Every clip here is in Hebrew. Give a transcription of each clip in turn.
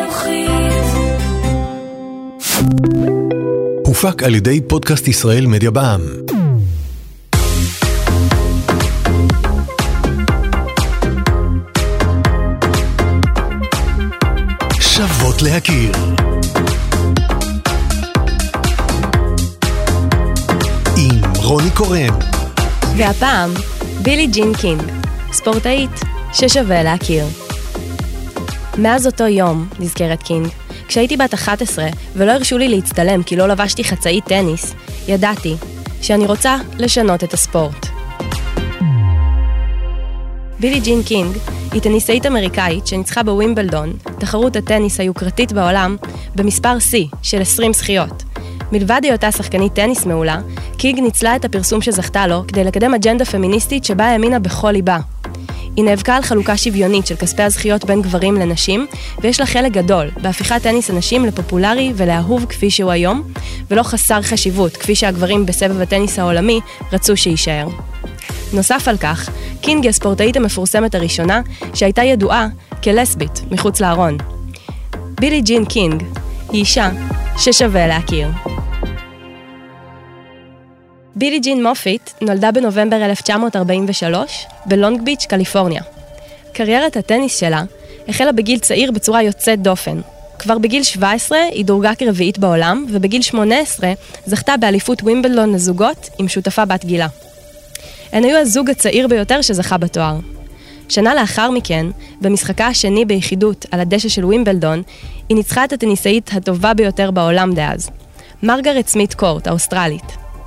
חינוכית. הופק על ידי פודקאסט ישראל מדיה בע"מ. שוות להכיר. עם רוני קורן. והפעם, בילי ג'ין קינג, ספורטאית ששווה להכיר. מאז אותו יום, נזכרת קינג, כשהייתי בת 11 ולא הרשו לי להצטלם כי לא לבשתי חצאית טניס, ידעתי שאני רוצה לשנות את הספורט. בילי ג'ין קינג היא טניסאית אמריקאית שניצחה בווימבלדון, תחרות הטניס היוקרתית בעולם, במספר C של 20 זכיות. מלבד היותה שחקנית טניס מעולה, קינג ניצלה את הפרסום שזכתה לו כדי לקדם אג'נדה פמיניסטית שבה האמינה בכל ליבה. היא נאבקה על חלוקה שוויונית של כספי הזכיות בין גברים לנשים, ויש לה חלק גדול בהפיכת טניס הנשים לפופולרי ולאהוב כפי שהוא היום, ולא חסר חשיבות כפי שהגברים בסבב הטניס העולמי רצו שיישאר. נוסף על כך, קינג היא הספורטאית המפורסמת הראשונה שהייתה ידועה כלסבית מחוץ לארון. בילי ג'ין קינג היא אישה ששווה להכיר. בילי ג'ין מופיט נולדה בנובמבר 1943 בלונג ביץ', קליפורניה. קריירת הטניס שלה החלה בגיל צעיר בצורה יוצאת דופן. כבר בגיל 17 היא דורגה כרביעית בעולם, ובגיל 18 זכתה באליפות ווימבלדון לזוגות עם שותפה בת גילה. הן היו הזוג הצעיר ביותר שזכה בתואר. שנה לאחר מכן, במשחקה השני ביחידות על הדשא של ווימבלדון, היא ניצחה את הטניסאית הטובה ביותר בעולם דאז, מרגרט סמית קורט, האוסטרלית.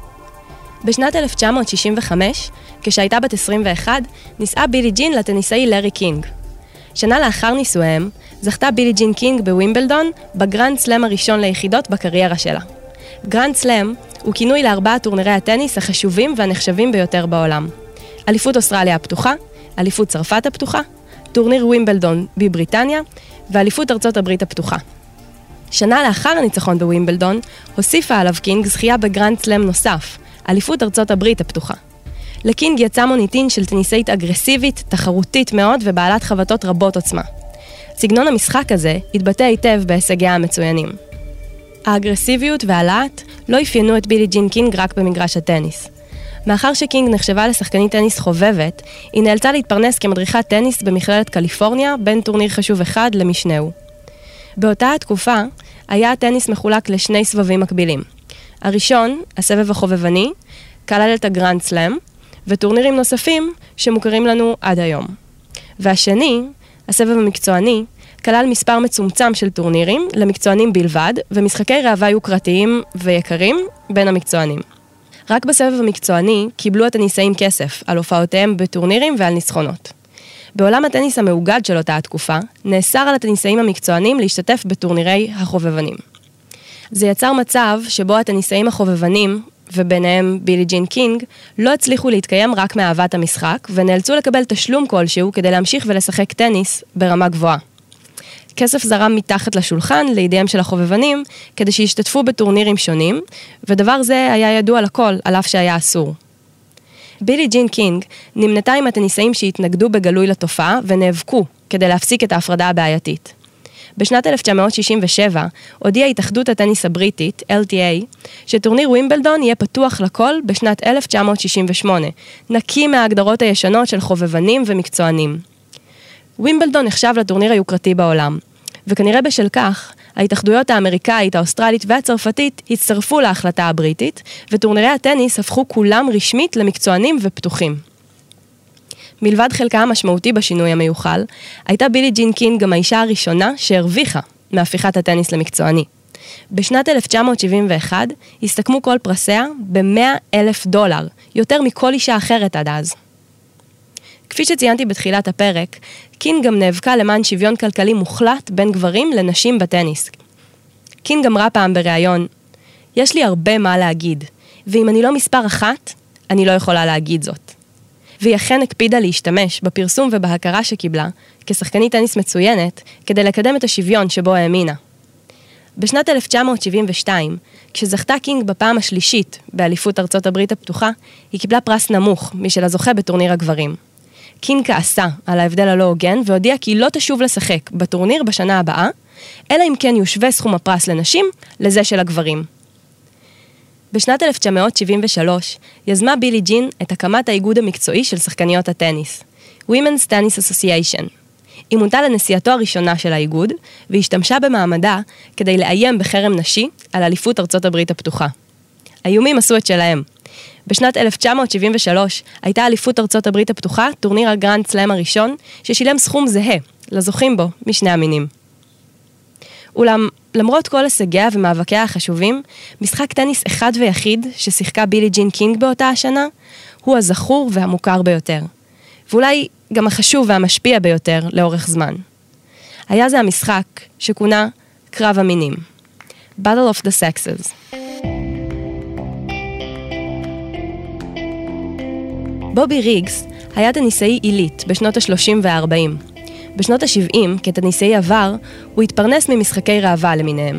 בשנת 1965, כשהייתה בת 21, נישאה בילי ג'ין לטניסאי לארי קינג. שנה לאחר נישואיהם, זכתה בילי ג'ין קינג בווימבלדון בגרנד סלאם הראשון ליחידות בקריירה שלה. גרנד סלאם הוא כינוי לארבעה טורנירי הטניס החשובים והנחשבים ביותר בעולם. אליפות אוסטרליה הפתוחה, אליפות צרפת הפתוחה, טורניר ווימבלדון בבריטניה, ואליפות ארצות הברית הפתוחה. שנה לאחר הניצחון בווימבלדון, הוסיפה עליו קינג זכייה בגרנד סלאם נוסף, אליפות ארצות הברית הפתוחה. לקינג יצא מוניטין של טניסאית אגרסיבית, תחרותית מאוד ובעלת חבטות רבות עוצמה. סגנון המשחק הזה התבטא היטב בהישגיה המצוינים. האגרסיביות והלהט לא אפיינו את בילי ג'ין קינג רק במגרש הטניס. מאחר שקינג נחשבה לשחקנית טניס חובבת, היא נאלצה להתפרנס כמדריכת טניס במכללת קליפורניה בין טורניר חשוב אחד למשנהו. באותה התקופה היה הטניס מחולק לשני סבבים מקבילים. הראשון, הסבב החובבני, כלל את הגרנד סלאם, וטורנירים נוספים שמוכרים לנו עד היום. והשני, הסבב המקצועני, כלל מספר מצומצם של טורנירים למקצוענים בלבד, ומשחקי ראווה יוקרתיים ויקרים בין המקצוענים. רק בסבב המקצועני קיבלו הטניסאים כסף על הופעותיהם בטורנירים ועל ניצחונות. בעולם הטניס המאוגד של אותה התקופה, נאסר על הטניסאים המקצוענים להשתתף בטורנירי החובבנים. זה יצר מצב שבו הטניסאים החובבנים, וביניהם בילי ג'ין קינג, לא הצליחו להתקיים רק מאהבת המשחק, ונאלצו לקבל תשלום כלשהו כדי להמשיך ולשחק טניס ברמה גבוהה. כסף זרם מתחת לשולחן לידיהם של החובבנים, כדי שישתתפו בטורנירים שונים, ודבר זה היה ידוע לכל, על אף שהיה אסור. בילי ג'ין קינג נמנתה עם הטניסאים שהתנגדו בגלוי לתופעה, ונאבקו כדי להפסיק את ההפרדה הבעייתית. בשנת 1967 הודיעה התאחדות הטניס הבריטית, LTA, שטורניר ווימבלדון יהיה פתוח לכל בשנת 1968, נקי מההגדרות הישנות של חובבנים ומקצוענים. ווימבלדון נחשב לטורניר היוקרתי בעולם, וכנראה בשל כך, ההתאחדויות האמריקאית, האוסטרלית והצרפתית הצטרפו להחלטה הבריטית, וטורנירי הטניס הפכו כולם רשמית למקצוענים ופתוחים. מלבד חלקה המשמעותי בשינוי המיוחל, הייתה בילי ג'ין קינג גם האישה הראשונה שהרוויחה מהפיכת הטניס למקצועני. בשנת 1971 הסתכמו כל פרסיה $100,000, יותר מכל אישה אחרת עד אז. כפי שציינתי בתחילת הפרק, קינג גם נאבקה למען שוויון כלכלי מוחלט בין גברים לנשים בטניס. קינג אמרה פעם בריאיון, יש לי הרבה מה להגיד, ואם אני לא מספר אחת, אני לא יכולה להגיד זאת. והיא אכן הקפידה להשתמש בפרסום ובהכרה שקיבלה, כשחקנית טניס מצוינת, כדי לקדם את השוויון שבו האמינה. בשנת 1972, כשזכתה קינג בפעם השלישית באליפות ארצות הברית הפתוחה, היא קיבלה פרס נמוך משל הזוכה בטורניר הגברים. קינג כעסה על ההבדל הלא הוגן, והודיע כי לא תשוב לשחק בטורניר בשנה הבאה, אלא אם כן יושווה סכום הפרס לנשים לזה של הגברים. בשנת 1973 יזמה בילי ג'ין את הקמת האיגוד המקצועי של שחקניות הטניס, Women's Tennis Association. היא מונתה לנשיאתו הראשונה של האיגוד, והשתמשה במעמדה כדי לאיים בחרם נשי על אליפות ארצות הברית הפתוחה. האיומים עשו את שלהם. בשנת 1973 הייתה אליפות ארצות הברית הפתוחה, טורניר הגרנד סלאם הראשון, ששילם סכום זהה לזוכים בו משני המינים. אולם, למרות כל הישגיה ומאבקיה החשובים, משחק טניס אחד ויחיד ששיחקה בילי ג'ין קינג באותה השנה, הוא הזכור והמוכר ביותר. ואולי גם החשוב והמשפיע ביותר לאורך זמן. היה זה המשחק שכונה קרב המינים. Battle of the Sexes. בובי ריגס היה טניסאי עילית בשנות ה-30 וה-40. בשנות ה-70, כטניסאי עבר, הוא התפרנס ממשחקי ראווה למיניהם.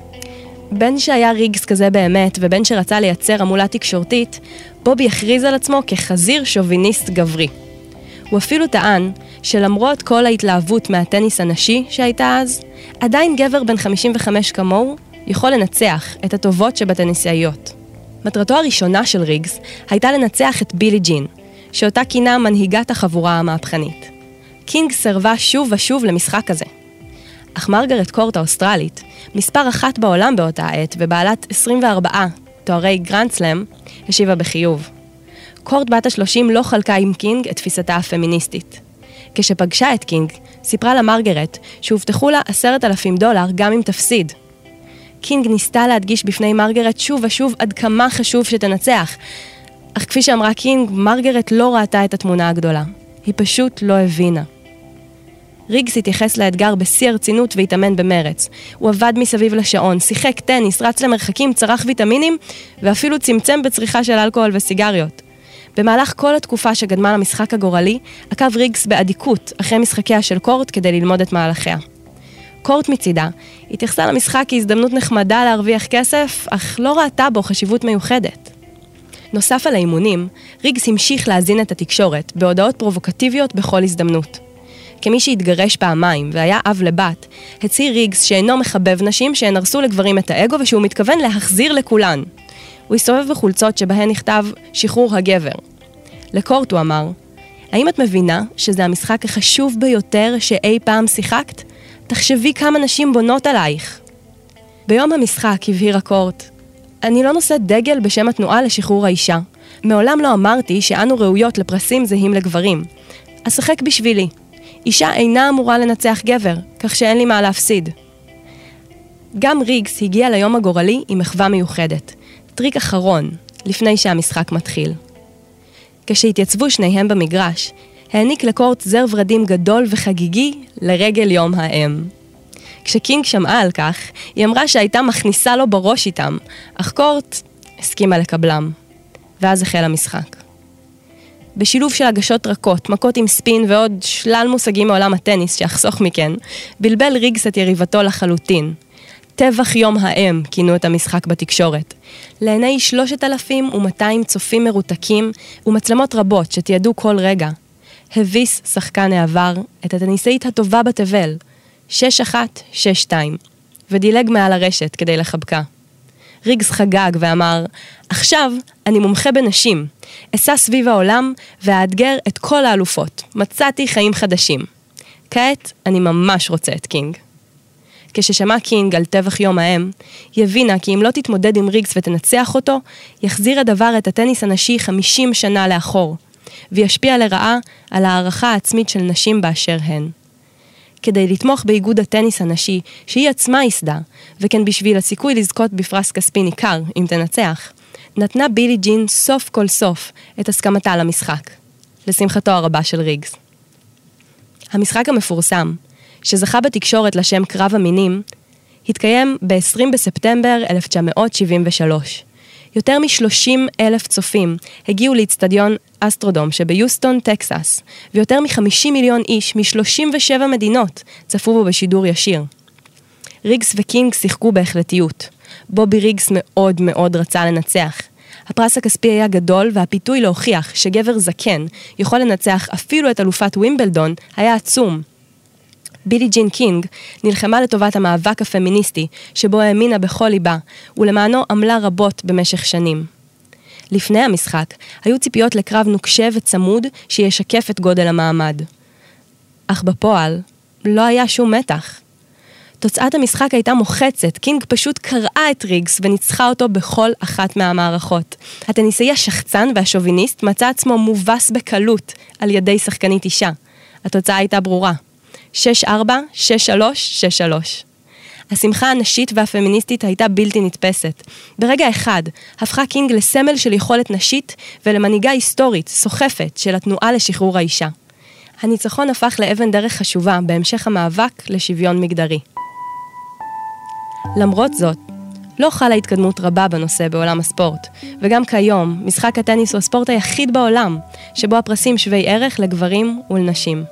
בין שהיה ריגס כזה באמת, ובין שרצה לייצר עמולה תקשורתית, בובי הכריז על עצמו כחזיר שוביניסט גברי. הוא אפילו טען שלמרות כל ההתלהבות מהטניס הנשי שהייתה אז, עדיין גבר בן 55 כמוהו יכול לנצח את הטובות שבטניסאיות. מטרתו הראשונה של ריגס הייתה לנצח את בילי ג'ין, שאותה כינה מנהיגת החבורה המהפכנית. קינג סרבה שוב ושוב למשחק הזה. אך מרגרט קורט האוסטרלית, מספר אחת בעולם באותה עת ובעלת 24 תוארי גרנד סלאם, השיבה בחיוב. קורט בת ה-30 לא חלקה עם קינג את תפיסתה הפמיניסטית. כשפגשה את קינג, סיפרה למרגרט שהובטחו לה $10,000 גם אם תפסיד. קינג ניסתה להדגיש בפני מרגרט שוב ושוב עד כמה חשוב שתנצח, אך כפי שאמרה קינג, מרגרט לא ראתה את התמונה הגדולה. היא פשוט לא הבינה. ריגס התייחס לאתגר בשיא הרצינות והתאמן במרץ. הוא עבד מסביב לשעון, שיחק טניס, רץ למרחקים, צרך ויטמינים, ואפילו צמצם בצריכה של אלכוהול וסיגריות. במהלך כל התקופה שקדמה למשחק הגורלי, עקב ריגס באדיקות אחרי משחקיה של קורט כדי ללמוד את מהלכיה. קורט מצידה התייחסה למשחק כהזדמנות נחמדה להרוויח כסף, אך לא ראתה בו חשיבות מיוחדת. נוסף על האימונים, ריגס המשיך להזין את התקשורת בהודעות פרובוקטיביות בכל הזדמנות. כמי שהתגרש פעמיים והיה אב לבת, הצהיר ריגס שאינו מחבב נשים שהן הרסו לגברים את האגו ושהוא מתכוון להחזיר לכולן. הוא הסתובב בחולצות שבהן נכתב שחרור הגבר. לקורט הוא אמר, האם את מבינה שזה המשחק החשוב ביותר שאי פעם שיחקת? תחשבי כמה נשים בונות עלייך. ביום המשחק הבהיר הקורט, אני לא נושא דגל בשם התנועה לשחרור האישה. מעולם לא אמרתי שאנו ראויות לפרסים זהים לגברים. אשחק בשבילי. אישה אינה אמורה לנצח גבר, כך שאין לי מה להפסיד. גם ריגס הגיע ליום הגורלי עם מחווה מיוחדת. טריק אחרון, לפני שהמשחק מתחיל. כשהתייצבו שניהם במגרש, העניק לקורט זר ורדים גדול וחגיגי לרגל יום האם. כשקינג שמעה על כך, היא אמרה שהייתה מכניסה לו בראש איתם, אך קורט הסכימה לקבלם. ואז החל המשחק. בשילוב של הגשות רכות, מכות עם ספין ועוד שלל מושגים מעולם הטניס שאחסוך מכן, בלבל ריגס את יריבתו לחלוטין. טבח יום האם כינו את המשחק בתקשורת. לעיני 3,200 צופים מרותקים ומצלמות רבות שתיעדו כל רגע. הביס שחקן העבר את הטניסאית הטובה בתבל, 6-1, 6-2, ודילג מעל הרשת כדי לחבקה. ריגס חגג ואמר, עכשיו אני מומחה בנשים, אסע סביב העולם ואאתגר את כל האלופות, מצאתי חיים חדשים. כעת אני ממש רוצה את קינג. כששמע קינג על טבח יום האם, היא הבינה כי אם לא תתמודד עם ריגס ותנצח אותו, יחזיר הדבר את הטניס הנשי 50 שנה לאחור, וישפיע לרעה על הערכה העצמית של נשים באשר הן. כדי לתמוך באיגוד הטניס הנשי שהיא עצמה יסדה, וכן בשביל הסיכוי לזכות בפרס כספי ניכר אם תנצח, נתנה בילי ג'ין סוף כל סוף את הסכמתה למשחק, לשמחתו הרבה של ריגס. המשחק המפורסם, שזכה בתקשורת לשם קרב המינים, התקיים ב-20 בספטמבר 1973. יותר מ-30,000 צופים הגיעו לאצטדיון אסטרודום שביוסטון, טקסס, ויותר מ-50 מיליון איש מ-37 מדינות צפו בו בשידור ישיר. ריגס וקינג שיחקו בהחלטיות. בובי ריגס מאוד מאוד רצה לנצח, הפרס הכספי היה גדול, והפיתוי להוכיח שגבר זקן יכול לנצח אפילו את אלופת ווימבלדון היה עצום. בילי ג'ין קינג נלחמה לטובת המאבק הפמיניסטי, שבו האמינה בכל ליבה, ולמענו עמלה רבות במשך שנים. לפני המשחק, היו ציפיות לקרב נוקשה וצמוד שישקף את גודל המעמד. אך בפועל, לא היה שום מתח. תוצאת המשחק הייתה מוחצת, קינג פשוט קראה את ריגס וניצחה אותו בכל אחת מהמערכות. הטניסאי השחצן והשוביניסט מצא עצמו מובס בקלות על ידי שחקנית אישה. התוצאה הייתה ברורה. 6-4, 6-3, 6-3. השמחה הנשית והפמיניסטית הייתה בלתי נתפסת. ברגע אחד הפכה קינג לסמל של יכולת נשית ולמנהיגה היסטורית, סוחפת, של התנועה לשחרור האישה. הניצחון הפך לאבן דרך חשובה בהמשך המאבק לשוויון מגדרי. למרות זאת, לא חלה התקדמות רבה בנושא בעולם הספורט, וגם כיום משחק הטניס הוא הספורט היחיד בעולם, שבו הפרסים שווי ערך לגברים ולנשים.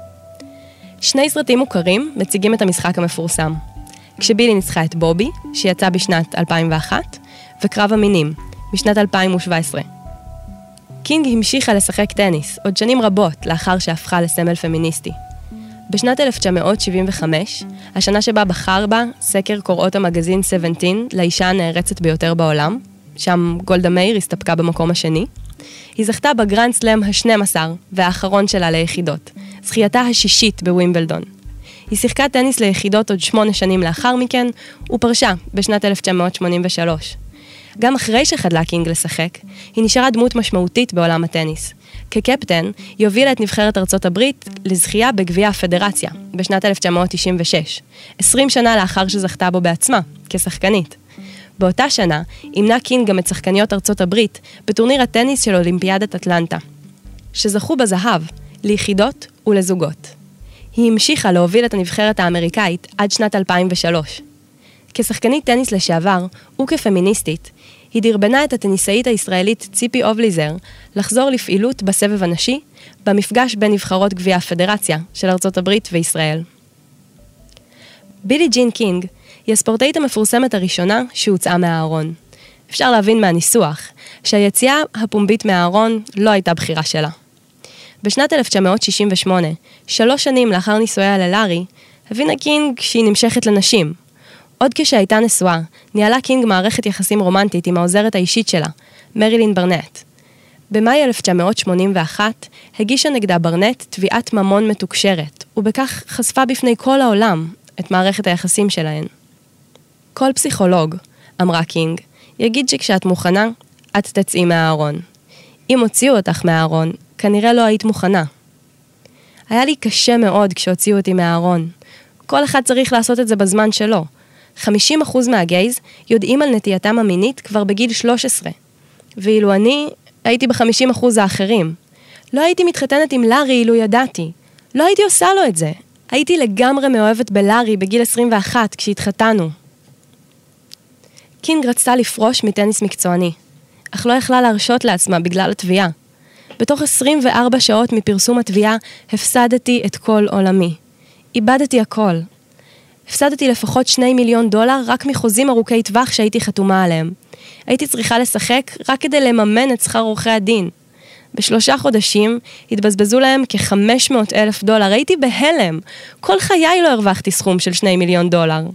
שני סרטים מוכרים מציגים את המשחק המפורסם. כשבילי ניצחה את בובי, שיצא בשנת 2001, וקרב המינים, בשנת 2017. קינג המשיכה לשחק טניס עוד שנים רבות לאחר שהפכה לסמל פמיניסטי. בשנת 1975, השנה שבה בחר בה סקר קורות המגזין 17 לאישה הנערצת ביותר בעולם, שם גולדה מאיר הסתפקה במקום השני, היא זכתה בגרנד סלאם ה-12 והאחרון שלה ליחידות, זכייתה השישית בווימבלדון. היא שיחקה טניס ליחידות עוד 8 שנים לאחר מכן, ופרשה בשנת 1983. גם אחרי שחדלה קינג לשחק, היא נשארה דמות משמעותית בעולם הטניס. כקפטן, היא הובילה את נבחרת ארצות הברית לזכייה בגביע הפדרציה, בשנת 1996, 20 שנה לאחר שזכתה בו בעצמה, כשחקנית. באותה שנה, אימנה קינג גם את שחקניות ארצות הברית בטורניר הטניס של אולימפיאדת אטלנטה, שזכו בזהב, ליחידות ולזוגות. היא המשיכה להוביל את הנבחרת האמריקאית עד שנת 2003. כשחקנית טניס לשעבר וכפמיניסטית, היא דרבנה את הטניסאית הישראלית ציפי אובליזר לחזור לפעילות בסבב הנשי, במפגש בין נבחרות גביע הפדרציה של ארצות הברית וישראל. בילי ג'ין קינג היא הספורטאית המפורסמת הראשונה שהוצאה מהארון. אפשר להבין מהניסוח שהיציאה הפומבית מהארון לא הייתה בחירה שלה. בשנת 1968, 3 שנים לאחר נישואיה ללארי, הבינה קינג שהיא נמשכת לנשים. עוד כשהייתה נשואה, ניהלה קינג מערכת יחסים רומנטית עם העוזרת האישית שלה, מרילין ברנט. במאי 1981 הגישה נגדה ברנט תביעת ממון מתוקשרת, ובכך חשפה בפני כל העולם את מערכת היחסים שלהן. כל פסיכולוג, אמרה קינג, יגיד שכשאת מוכנה, את תצאי מהארון. אם הוציאו אותך מהארון, כנראה לא היית מוכנה. היה לי קשה מאוד כשהוציאו אותי מהארון. כל אחד צריך לעשות את זה בזמן שלו. 50% מהגייז יודעים על נטייתם המינית כבר בגיל 13. ואילו אני הייתי ב-50% האחרים. לא הייתי מתחתנת עם לארי אילו ידעתי. לא הייתי עושה לו את זה. הייתי לגמרי מאוהבת בלארי בגיל 21 כשהתחתנו. קינג רצתה לפרוש מטניס מקצועני, אך לא יכלה להרשות לעצמה בגלל התביעה. בתוך 24 שעות מפרסום התביעה הפסדתי את כל עולמי. איבדתי הכל. הפסדתי לפחות $2 מיליון רק מחוזים ארוכי טווח שהייתי חתומה עליהם. הייתי צריכה לשחק רק כדי לממן את שכר עורכי הדין. ב3 חודשים התבזבזו להם $500,000. הייתי בהלם. כל חיי לא הרווחתי סכום של $2 מיליון.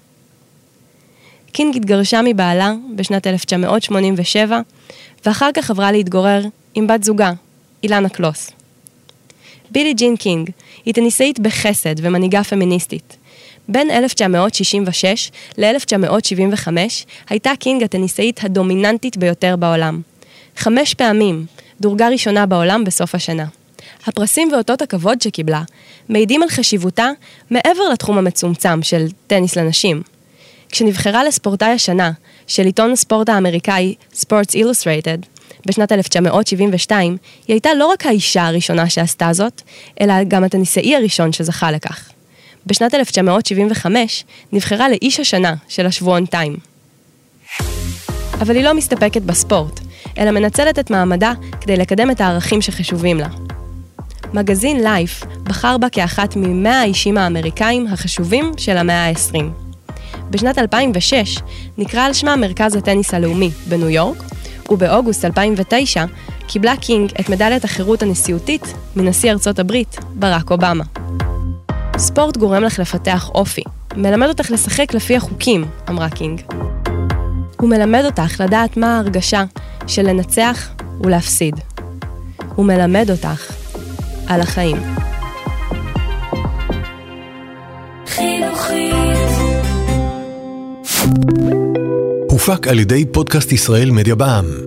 קינג התגרשה מבעלה בשנת 1987, ואחר כך עברה להתגורר עם בת זוגה, אילנה קלוס. בילי ג'ין קינג היא טניסאית בחסד ומנהיגה פמיניסטית. בין 1966 ל-1975 הייתה קינג הטניסאית הדומיננטית ביותר בעולם. 5 פעמים דורגה ראשונה בעולם בסוף השנה. הפרסים ואותות הכבוד שקיבלה מעידים על חשיבותה מעבר לתחום המצומצם של טניס לנשים. כשנבחרה לספורטאי השנה של עיתון הספורט האמריקאי Sports Illustrated בשנת 1972, היא הייתה לא רק האישה הראשונה שעשתה זאת, אלא גם הטניסאי הראשון שזכה לכך. בשנת 1975 נבחרה לאיש השנה של השבועון טיים. אבל היא לא מסתפקת בספורט, אלא מנצלת את מעמדה כדי לקדם את הערכים שחשובים לה. מגזין לייף בחר בה כאחת מ100 האישים האמריקאים החשובים של המאה ה-20. בשנת 2006 נקרא על שמה מרכז הטניס הלאומי בניו יורק, ובאוגוסט 2009 קיבלה קינג את מדליית החירות הנשיאותית מנשיא ארצות הברית, ברק אובמה. ספורט גורם לך לפתח אופי, מלמד אותך לשחק לפי החוקים, אמרה קינג. הוא מלמד אותך לדעת מה ההרגשה של לנצח ולהפסיד. הוא מלמד אותך על החיים. הופק על ידי פודקאסט ישראל מדיה בע"מ.